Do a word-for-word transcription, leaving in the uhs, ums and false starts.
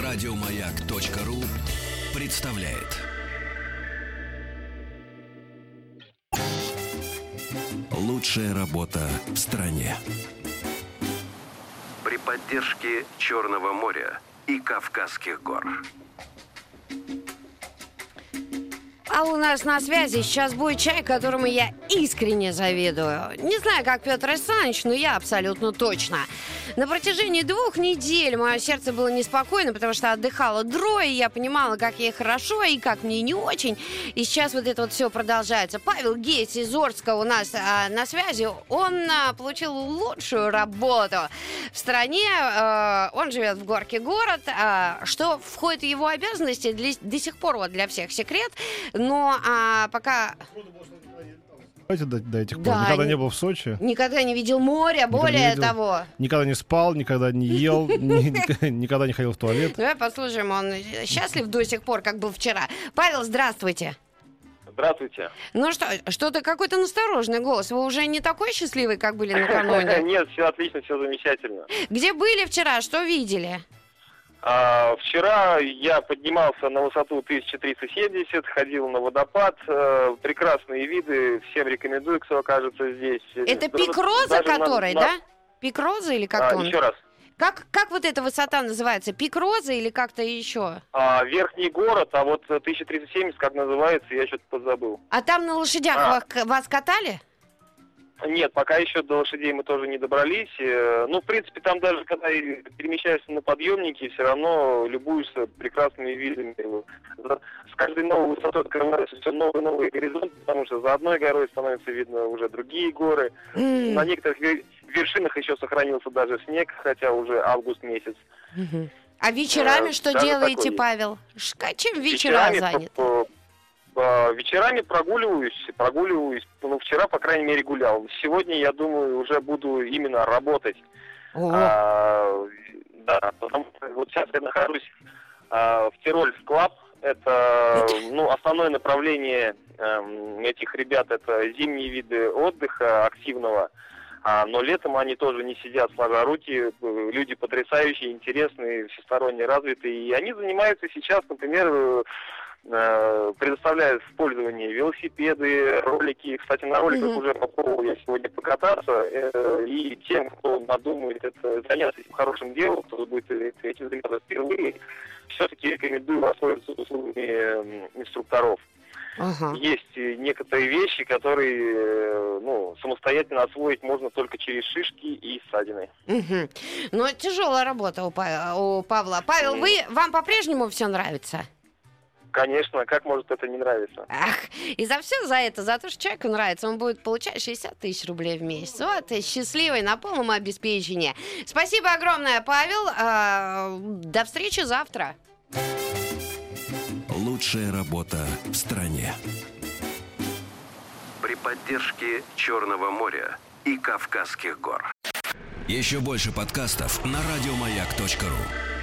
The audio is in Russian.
Радиомаяк.ру представляет. Лучшая работа в стране. При поддержке Черного моря и Кавказских гор. А у нас на связи сейчас будет человек, которому я искренне завидую. Не знаю, как Петр Александрович, но я абсолютно точно. На протяжении двух недель мое сердце было неспокойно, потому что отдыхала Дро, и я понимала, как ей хорошо и как мне не очень. И сейчас вот это вот все продолжается. Павел Гейц из Орска у нас а, на связи. Он а, получил лучшую работу в стране. А, он живет в Горке город. А, что входит в его обязанности, для, до сих пор вот для всех секрет. Но а, пока... До, до этих да, пор. Никогда не, не был в Сочи. Никогда не видел моря, никогда более видел, того. Никогда не спал, никогда не ел, никогда не ходил в туалет. Давай послушаем, он счастлив до сих пор, как был вчера. Павел, здравствуйте. Здравствуйте. Ну что, что-то какой-то настороженный голос. Вы уже не такой счастливый, как были накануне? Нет, все отлично, все замечательно. Где были вчера, что видели? А, вчера я поднимался на высоту тысяча триста семьдесят, ходил на водопад. А, прекрасные виды, всем рекомендую, кто окажется здесь. Это пик Роза, который, на, да? На... Пик Роза или как-то а, он? Еще раз. Как, как вот эта высота называется? Пик Роза или как-то еще? А, верхний город, а вот тысяча триста семьдесят, как называется, я что-то подзабыл. А там на лошадях а. вас, вас катали? Нет, пока еще до лошадей мы тоже не добрались. Ну, в принципе, там даже, когда перемещаешься на подъемнике, все равно любуешься прекрасными видами. С каждой новой высотой открываются все новые новые горизонты, потому что за одной горой становится видно уже другие горы. Mm. На некоторых вершинах еще сохранился даже снег, хотя уже август месяц. Mm-hmm. А вечерами а, что делаете, Павел? Чем вечера вечерами заняты? По, по, вечерами прогуливаюсь, прогуливаюсь. Ну, вчера, по крайней мере, гулял. Сегодня, я думаю, уже буду именно работать. А, да, потому что вот сейчас я нахожусь а, в Тирольс Клаб. Это, ну, основное направление э, этих ребят, это зимние виды отдыха активного. А, но летом они тоже не сидят сложа руки. Люди потрясающие, интересные, всесторонне развитые. И они занимаются сейчас, например, э, предоставляют в пользование велосипеды, ролики. Кстати, на роликах mm-hmm. уже попробовал я сегодня покататься. Э, и тем, кто надумает это, заняться этим хорошим делом, кто будет этим заниматься впервые, все-таки рекомендую воспользоваться услугами инструкторов. Uh-huh. Есть некоторые вещи, которые, ну, самостоятельно освоить можно только через шишки и ссадины. Uh-huh. Но тяжелая работа у, Павла. У Павла. Павел, mm. вы, вам по-прежнему все нравится? Конечно, как может это не нравиться? Ах, и за все за это, за то, что человеку нравится, он будет получать шестьдесят тысяч рублей в месяц. Вот, счастливый, на полном обеспечении. Спасибо огромное, Павел. А, до встречи завтра. Лучшая работа в стране. При поддержке Черного моря и Кавказских гор. Еще больше подкастов на радиомаяк точка ру.